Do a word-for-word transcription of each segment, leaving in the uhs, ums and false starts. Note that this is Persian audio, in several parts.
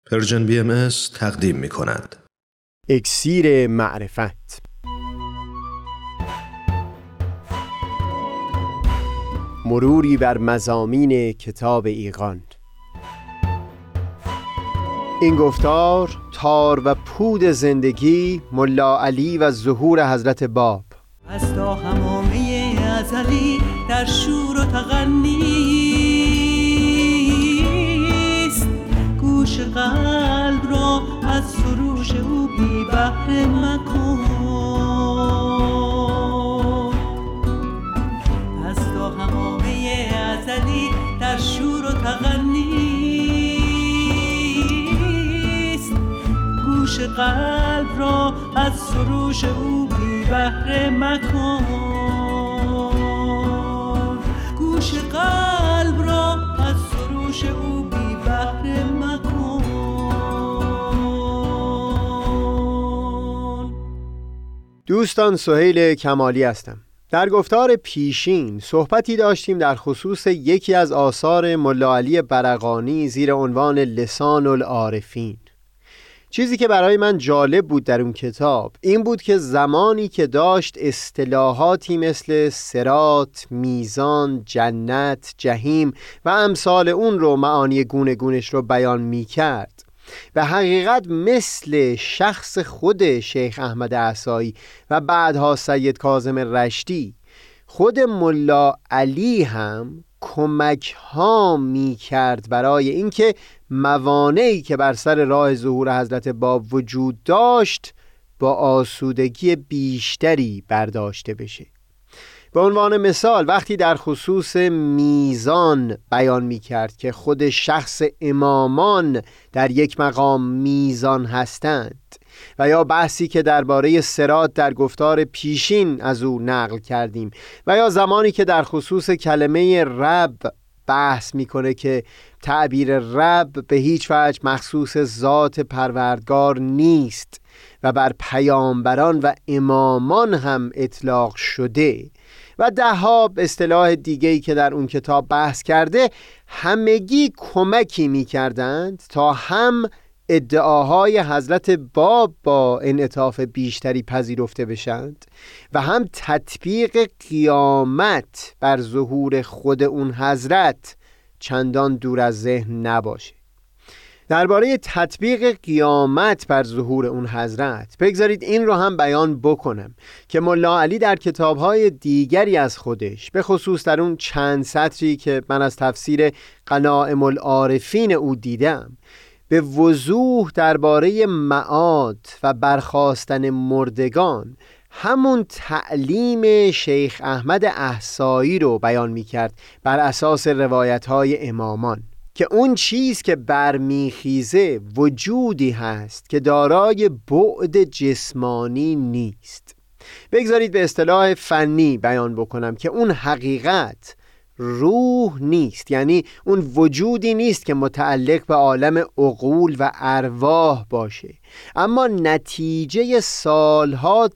پرژن بی ام اس تقدیم می کند. اکسیر معرفت. مروری بر مضامین کتاب ایقان. این گفتار تار و پود زندگی ملا علی و ظهور حضرت باب از تا همامه ازلی در شور و تغنیست، گوش قلب را از سروش او بی بهره مکن. از تا همامه ازلی در شور و تغنیست، گوش قلب را از سروش او بی بهره مکن. گوش قلب را از سروش او بی بهره مکن. دوستان، سهیل کمالی هستم. در گفتار پیشین صحبتی داشتیم در خصوص یکی از آثار ملا علی برقانی زیر عنوان لسان العارفین. چیزی که برای من جالب بود در اون کتاب این بود که زمانی که داشت اصطلاحاتی مثل صراط، میزان، جنت، جهیم و امثال اون رو، معانی گونه گونش رو بیان می کرد، و حقیقت مثل شخص خود شیخ احمد احصایی و بعدها سید کاظم رشتی، خود ملا علی هم کمک ها می کرد برای اینکه موانعی که بر سر راه ظهور حضرت باب وجود داشت با آسودگی بیشتری برداشته بشه. به عنوان مثال وقتی در خصوص میزان بیان می کرد که خود شخص امامان در یک مقام میزان هستند، و یا بحثی که درباره صراط در گفتار پیشین از او نقل کردیم، و یا زمانی که در خصوص کلمه رب بحث میکنه که تعبیر رب به هیچ وجه مخصوص ذات پروردگار نیست و بر پیامبران و امامان هم اطلاق شده، و ده ها اصطلاح دیگه‌ای که در اون کتاب بحث کرده، همگی کمکی میکردند تا هم ادعاهای حضرت باب با انعطاف بیشتری پذیرفته بشند و هم تطبیق قیامت بر ظهور خود اون حضرت چندان دور از ذهن نباشه. درباره تطبیق قیامت بر ظهور اون حضرت بگذارید این رو هم بیان بکنم که ملا علی در کتاب‌های دیگری از خودش، به خصوص در اون چند سطری که من از تفسیر غنائم العارفین او دیدم، به وضوح درباره معاد و برخاستن مردگان همون تعلیم شیخ احمد احصایی رو بیان می کرد بر اساس روایت‌های امامان، که اون چیز که برمیخیزه وجودی هست که دارای بعد جسمانی نیست. بگذارید به اصطلاح فنی بیان بکنم که اون حقیقت روح نیست، یعنی اون وجودی نیست که متعلق به عالم عقول و ارواح باشه، اما نتیجه سالها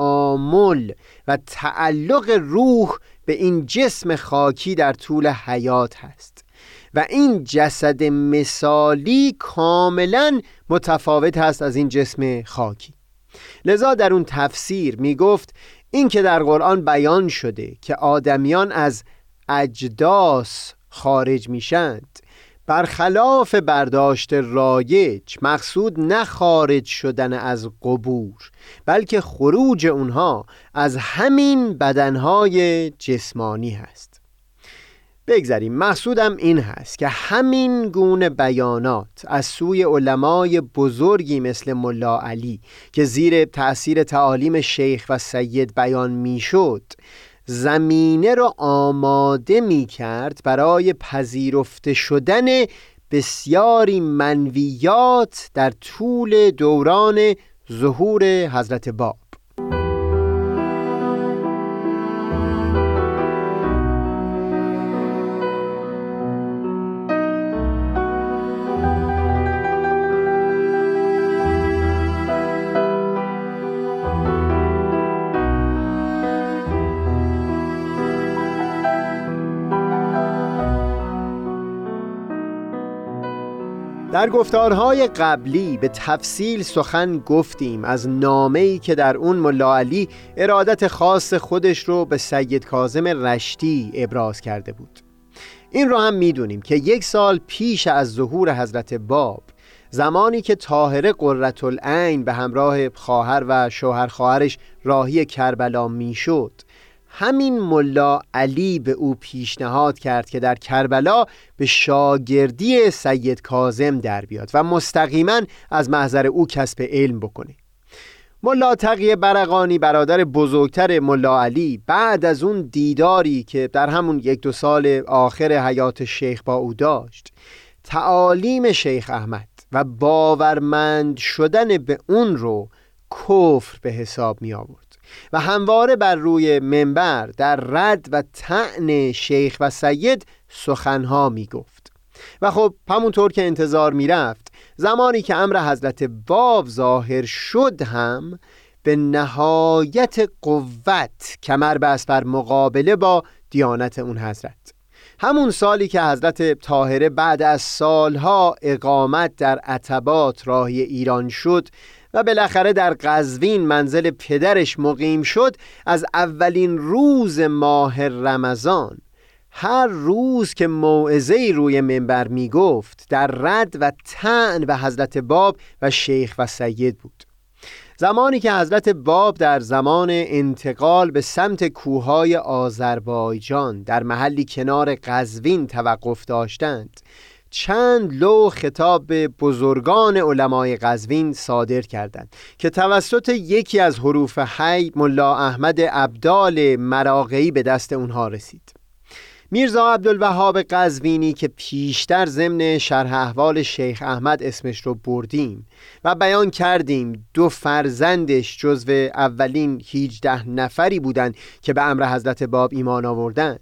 تعامل و تعلق روح به این جسم خاکی در طول حیات هست، و این جسد مثالی کاملا متفاوت هست از این جسم خاکی. لذا در اون تفسیر می گفت این که در قرآن بیان شده که آدمیان از اجداث خارج میشند، برخلاف برداشت رایج مقصود نه خارج شدن از قبور، بلکه خروج اونها از همین بدنهای جسمانی هست. بگذاریم مقصودم این هست که همین گونه بیانات از سوی علمای بزرگی مثل ملا علی که زیر تأثیر تعالیم شیخ و سید بیان میشد، زمینه را آماده می کرد برای پذیرفته شدن بسیاری منویات در طول دوران ظهور حضرت باب. در گفتارهای قبلی به تفصیل سخن گفتیم از نامه‌ای که در اون ملا علی ارادت خاص خودش رو به سید کاظم رشتی ابراز کرده بود. این رو هم میدونیم که یک سال پیش از ظهور حضرت باب، زمانی که طاهره قرةالعین به همراه خواهر و شوهر خواهرش راهی کربلا میشد، همین ملا علی به او پیشنهاد کرد که در کربلا به شاگردی سید کاظم در بیاد و مستقیما از محضر او کسب علم بکنه. ملا تقی برقانی برادر بزرگتر ملا علی بعد از اون دیداری که در همون یک دو سال آخر حیات شیخ با او داشت، تعالیم شیخ احمد و باورمند شدن به اون رو کفر به حساب می آورد و همواره بر روی منبر در رد و طعن شیخ و سید سخنها می گفت. و خب همونطور که انتظار می رفت، زمانی که امر حضرت باب ظاهر شد هم به نهایت قوت کمر بست بر مقابله با دیانت اون حضرت. همون سالی که حضرت طاهره بعد از سالها اقامت در عتبات راهی ایران شد و بالاخره در قزوین منزل پدرش مقیم شد، از اولین روز ماه رمضان هر روز که موعظه‌ای روی منبر می گفت در رد و طعن به حضرت باب و شیخ و سید بود. زمانی که حضرت باب در زمان انتقال به سمت کوههای آذربایجان در محلی کنار قزوین توقف داشتند، چند لو خطاب به بزرگان علمای قزوین صادر کردند که توسط یکی از حروف حی ملا احمد ابدال مراغه‌ای به دست اونها رسید. میرزا عبدالوهاب قزوینی که پیشتر ضمن شرح احوال شیخ احمد اسمش رو بردیم و بیان کردیم دو فرزندش جزو اولین هجده نفری بودند که به امر حضرت باب ایمان آوردند،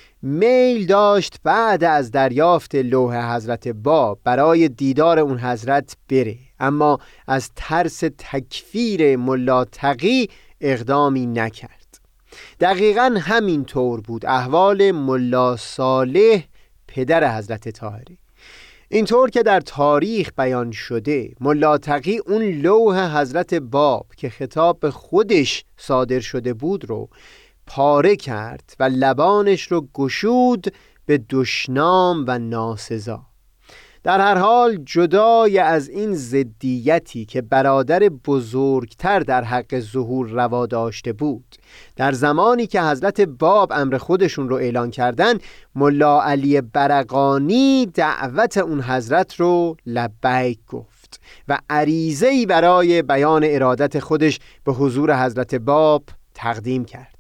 میل داشت بعد از دریافت لوح حضرت باب برای دیدار اون حضرت بره، اما از ترس تکفیر ملا تقی اقدامی نکرد. دقیقاً همین طور بود احوال ملا صالح پدر حضرت طاهره. اینطور که در تاریخ بیان شده، ملا تقی اون لوح حضرت باب که خطاب به خودش صادر شده بود رو پاره کرد و لبانش رو گشود به دشنام و ناسزا. در هر حال جدای از این ضدیتی که برادر بزرگتر در حق ظهور روا داشته بود، در زمانی که حضرت باب امر خودشون رو اعلان کردن، ملا علی برقانی دعوت اون حضرت رو لبیک گفت و عریضه‌ای برای بیان ارادت خودش به حضور حضرت باب تقدیم کرد.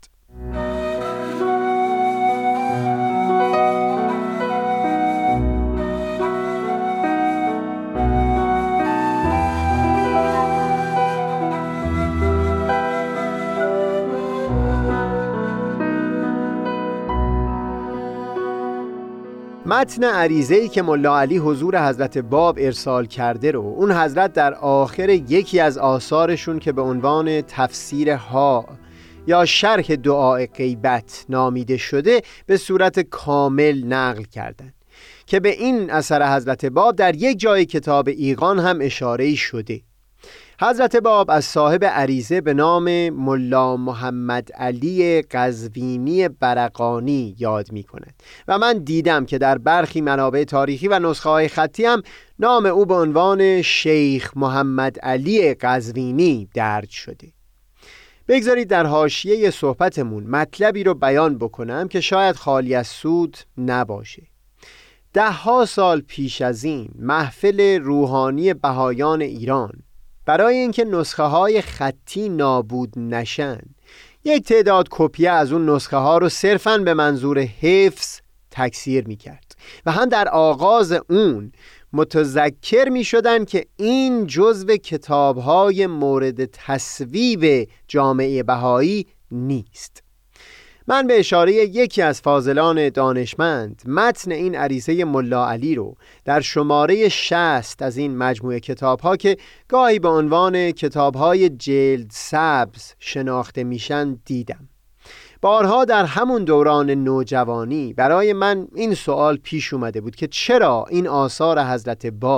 متن عریضه‌ای که ملا علی حضور حضرت باب ارسال کرده رو اون حضرت در آخر یکی از آثارشون که به عنوان تفسیر ها یا شرح دعای غیبت نامیده شده به صورت کامل نقل کردند که به این اثر حضرت باب در یک جای کتاب ایقان هم اشاره‌ای شده. حضرت باب از صاحب عریضه به نام ملا محمد علی قزوینی برقانی یاد می کند و من دیدم که در برخی منابع تاریخی و نسخه های خطی هم نام او به عنوان شیخ محمد علی قزوینی درج شده. بگذارید در حاشیه صحبتمون مطلبی رو بیان بکنم که شاید خالی از سود نباشه. ده ها سال پیش از این محفل روحانی بهایان ایران برای اینکه نسخه های خطی نابود نشن، یک تعداد کپی از اون نسخه ها رو صرفاً به منظور حفظ تکثیر می کرد و هم در آغاز اون متذکر می شدن که این جزو کتاب های مورد تصویب جامعه بهایی نیست. من به اشاره یکی از فاضلان دانشمند متن این عریضه ملا علی رو در شماره شصت از این مجموعه کتاب‌ها که گاهی به عنوان کتاب‌های جلد سبز شناخته میشن دیدم. بارها در همون دوران نوجوانی برای من این سوال پیش اومده بود که چرا این آثار حضرت باب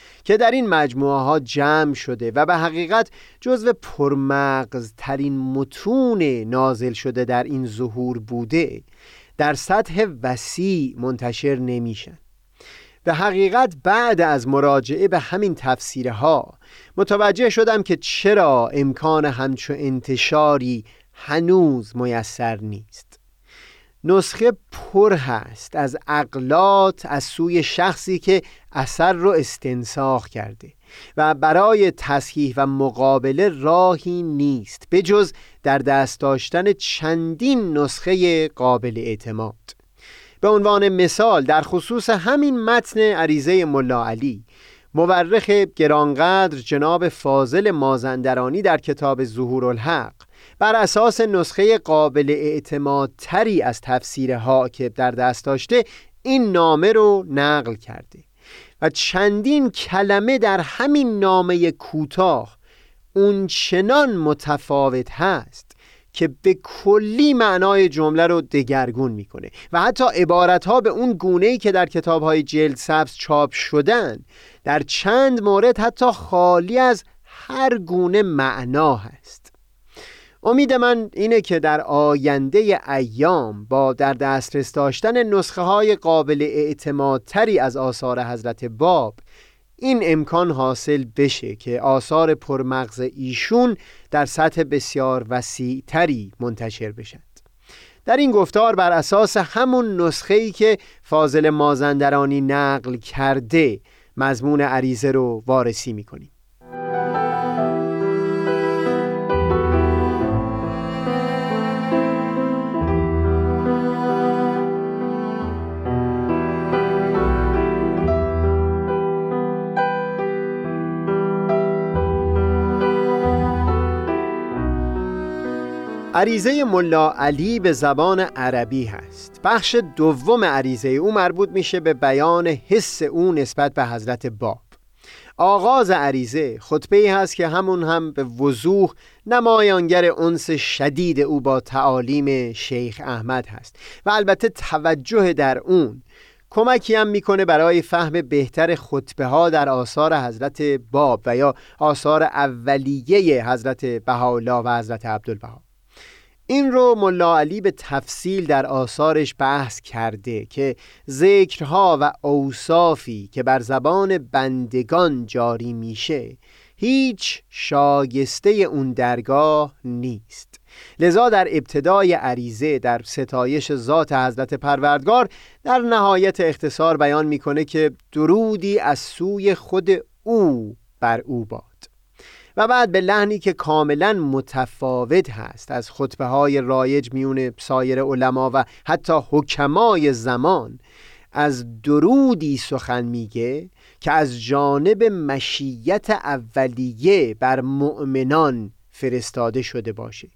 که در این مجموعه ها جمع شده و به حقیقت جزو پرمغز ترین متون نازل شده در این ظهور بوده، در سطح وسیع منتشر نمیشن. به حقیقت بعد از مراجعه به همین تفسیرها متوجه شدم که چرا امکان همچو انتشاری هنوز میسر نیست. نسخه پر هست از اغلاط از سوی شخصی که اثر رو استنساخ کرده و برای تصحیح و مقابله راهی نیست به جز در دست داشتن چندین نسخه قابل اعتماد. به عنوان مثال در خصوص همین متن عریضه ملا علی، مورخ گرانقدر جناب فاضل مازندرانی در کتاب ظهورالحق بر اساس نسخه قابل اعتماد تری از تفسیر حاکم در دست داشته این نامه رو نقل کرده و چندین کلمه در همین نامه کوتاه اون چنان متفاوت هست که به کلی معنای جمله رو دگرگون میکنه و حتی عبارتها به اون گونه‌ای که در کتاب‌های جلد سبز چاپ شدن در چند مورد حتی خالی از هر گونه معنا هست. امید من اینه که در آینده ایام با در دسترس داشتن نسخه های قابل اعتمادتری از آثار حضرت باب این امکان حاصل بشه که آثار پرمغز ایشون در سطح بسیار وسیع‌تری منتشر بشد. در این گفتار بر اساس همون نسخه‌ای که فاضل مازندرانی نقل کرده مضمون عریضه رو وارسی می‌کنیم. عریضه ملا علی به زبان عربی هست. بخش دوم عریضه او مربوط میشه به بیان حس او نسبت به حضرت باب. آغاز عریضه خطبه‌ای هست که همون هم به وضوح نمایانگر انس شدید او با تعالیم شیخ احمد هست و البته توجه در اون کمکی هم میکنه برای فهم بهتر خطبه ها در آثار حضرت باب و یا آثار اولیه حضرت بهاءالله و حضرت عبدالبها. این رو ملا علی به تفصیل در آثارش بحث کرده که ذکرها و اوصافی که بر زبان بندگان جاری میشه هیچ شایسته اون درگاه نیست. لذا در ابتدای عریضه در ستایش ذات حضرت پروردگار در نهایت اختصار بیان میکنه که درودی از سوی خود او بر او باد و بعد به لحنی که کاملا متفاوت هست از خطبه های رایج میون سایر علما و حتی حکمای زمان از درودی سخن میگه که از جانب مشیت اولیه بر مؤمنان فرستاده شده باشه.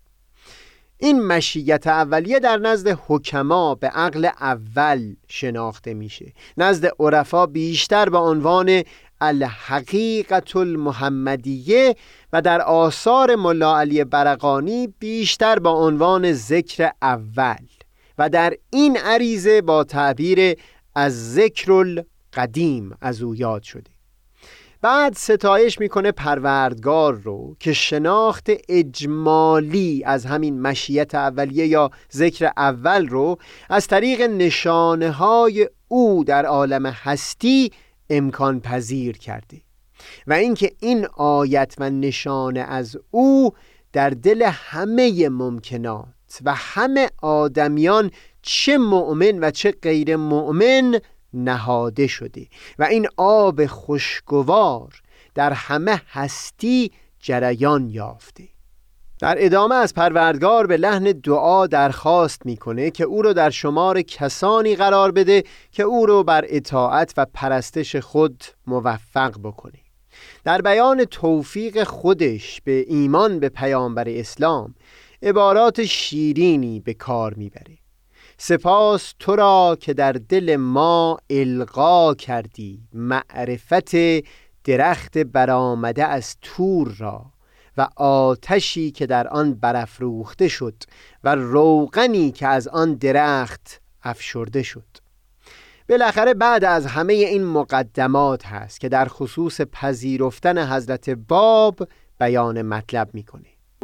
این مشیت اولیه در نزد حکما به عقل اول شناخته میشه، نزد عرفا بیشتر به عنوان الحقیقت المحمدیه و در آثار ملا علی برقانی بیشتر با عنوان ذکر اول و در این عریضه با تعبیر از ذکر القدیم از او یاد شده. بعد ستایش میکنه پروردگار رو که شناخت اجمالی از همین مشیت اولیه یا ذکر اول رو از طریق نشانه های او در عالم هستی امکان پذیر کرده و اینکه این آیت و نشانه از او در دل همه ممکنات و همه آدمیان چه مؤمن و چه غیر مؤمن نهاده شده و این آب خوشگوار در همه هستی جریان یافته. در ادامه از پروردگار به لحن دعا درخواست میکنه که او رو در شمار کسانی قرار بده که او رو بر اطاعت و پرستش خود موفق بکنه. در بیان توفیق خودش به ایمان به پیامبر اسلام عبارات شیرینی به کار میبره. سپاس تو را که در دل ما القا کردی معرفت درخت برآمده از تور را و آتشی که در آن برافروخته شد و روغنی که از آن درخت افشرده شد. بالاخره بعد از همه این مقدمات هست که در خصوص پذیرفتن حضرت باب بیان مطلب میکنه.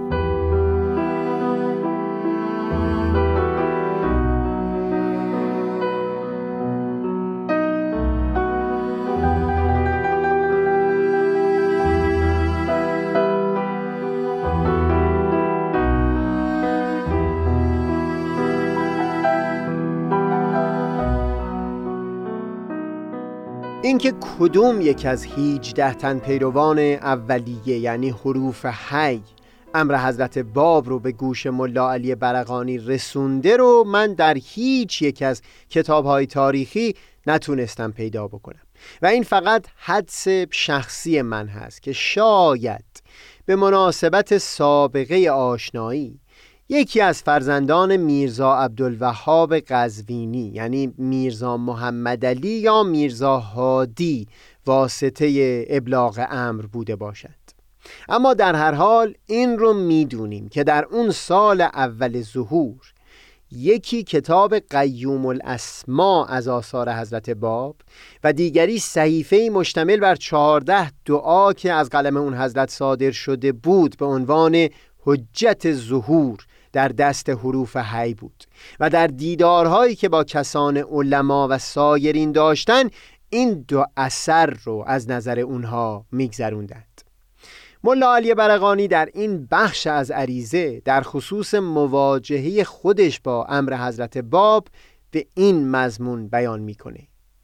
اینکه کدوم یک از هجده تن پیروان اولیه یعنی حروف حی امر حضرت باب رو به گوش ملا علی برقانی رسونده رو من در هیچ یک از کتاب‌های تاریخی نتونستم پیدا بکنم و این فقط حدس شخصی من هست که شاید به مناسبت سابقه آشنایی یکی از فرزندان میرزا عبدالوهاب قزوینی یعنی میرزا محمد علی یا میرزا هادی واسطه ابلاغ امر بوده باشد. اما در هر حال این رو میدونیم که در اون سال اول ظهور یکی کتاب قیوم الاسما از آثار حضرت باب و دیگری صحیفه مشتمل بر چهارده دعا که از قلم اون حضرت صادر شده بود به عنوان حجت ظهور در دست حروف حی بود و در دیدارهایی که با کسان علما و سایرین داشتن این دو اثر رو از نظر اونها میگذروندند. ملا علی برقانی در این بخش از عریضه در خصوص مواجهه خودش با امر حضرت باب به این مضمون بیان میکنه: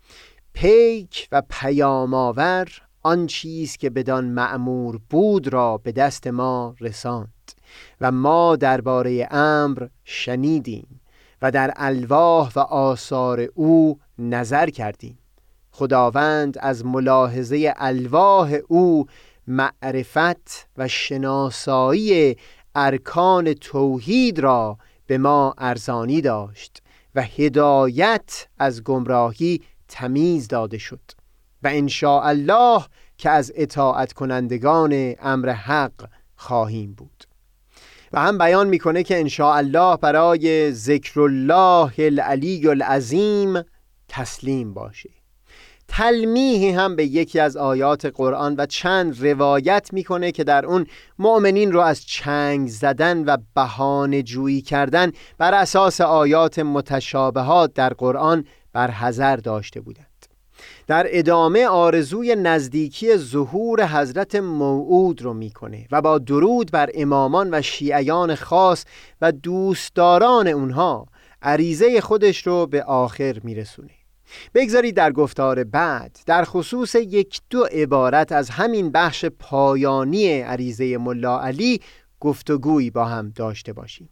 پیک و پیام آور آن چیز که بدان مأمور بود را به دست ما رساند و ما درباره امر شنیدیم و در الواح و آثار او نظر کردیم. خداوند از ملاحظه الواح او معرفت و شناسایی ارکان توحید را به ما ارزانی داشت و هدایت از گمراهی تمیز داده شد و ان شاء الله که از اطاعت کنندگان امر حق خواهیم بود. و هم بیان میکنه که ان شاء الله برای ذکر الله العلی العظیم تسلیم باشه. تلمیحی هم به یکی از آیات قرآن و چند روایت میکنه که در اون مؤمنین رو از چنگ زدن و بهانه جویی کردن بر اساس آیات متشابهات در قرآن بر حذر داشته بودند. در ادامه آرزوی نزدیکی ظهور حضرت موعود رو میکنه و با درود بر امامان و شیعیان خاص و دوستداران اونها عریضه خودش رو به آخر میرسونه. بگذارید در گفتار بعد در خصوص یک دو عبارت از همین بخش پایانی عریضه ملا علی گفتگویی با هم داشته باشیم.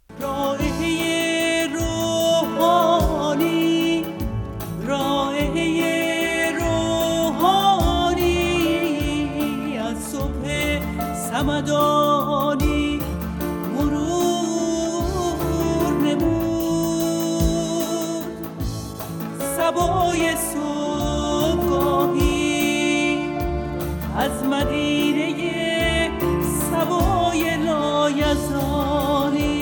رائحه روحانی، رائحه روحانی از صبح صمدانی مرور نمود، صبای صبحگاهی از مدینه صبای لایزالی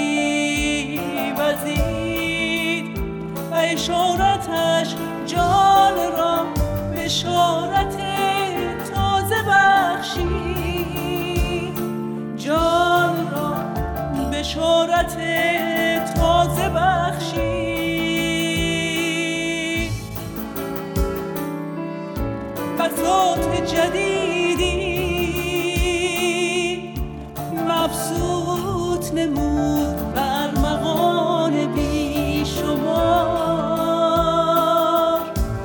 وزید و اشارتش جان را بشارت تازه بخشید، جان را بشارت تازه بخشید. بساط جدیدی مبسوط نمود بر مغان بی شمار،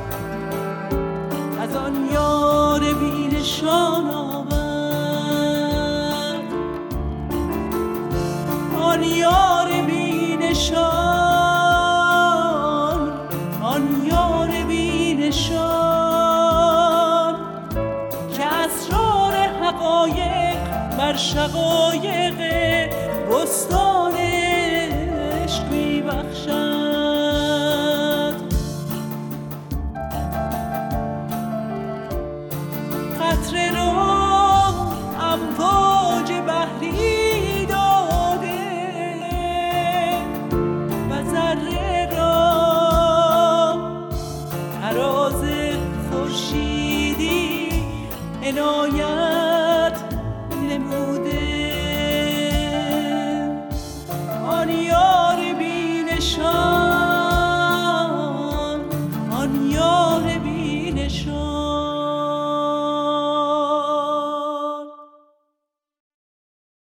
از آن یار بی نشان آورد، آن یار بی نشان، آن یار بی نشان که اسرار حقایق بر شقایق بستان عشق می‌بخشد. قطره را امواج بحری داده و ذره را محبت نموده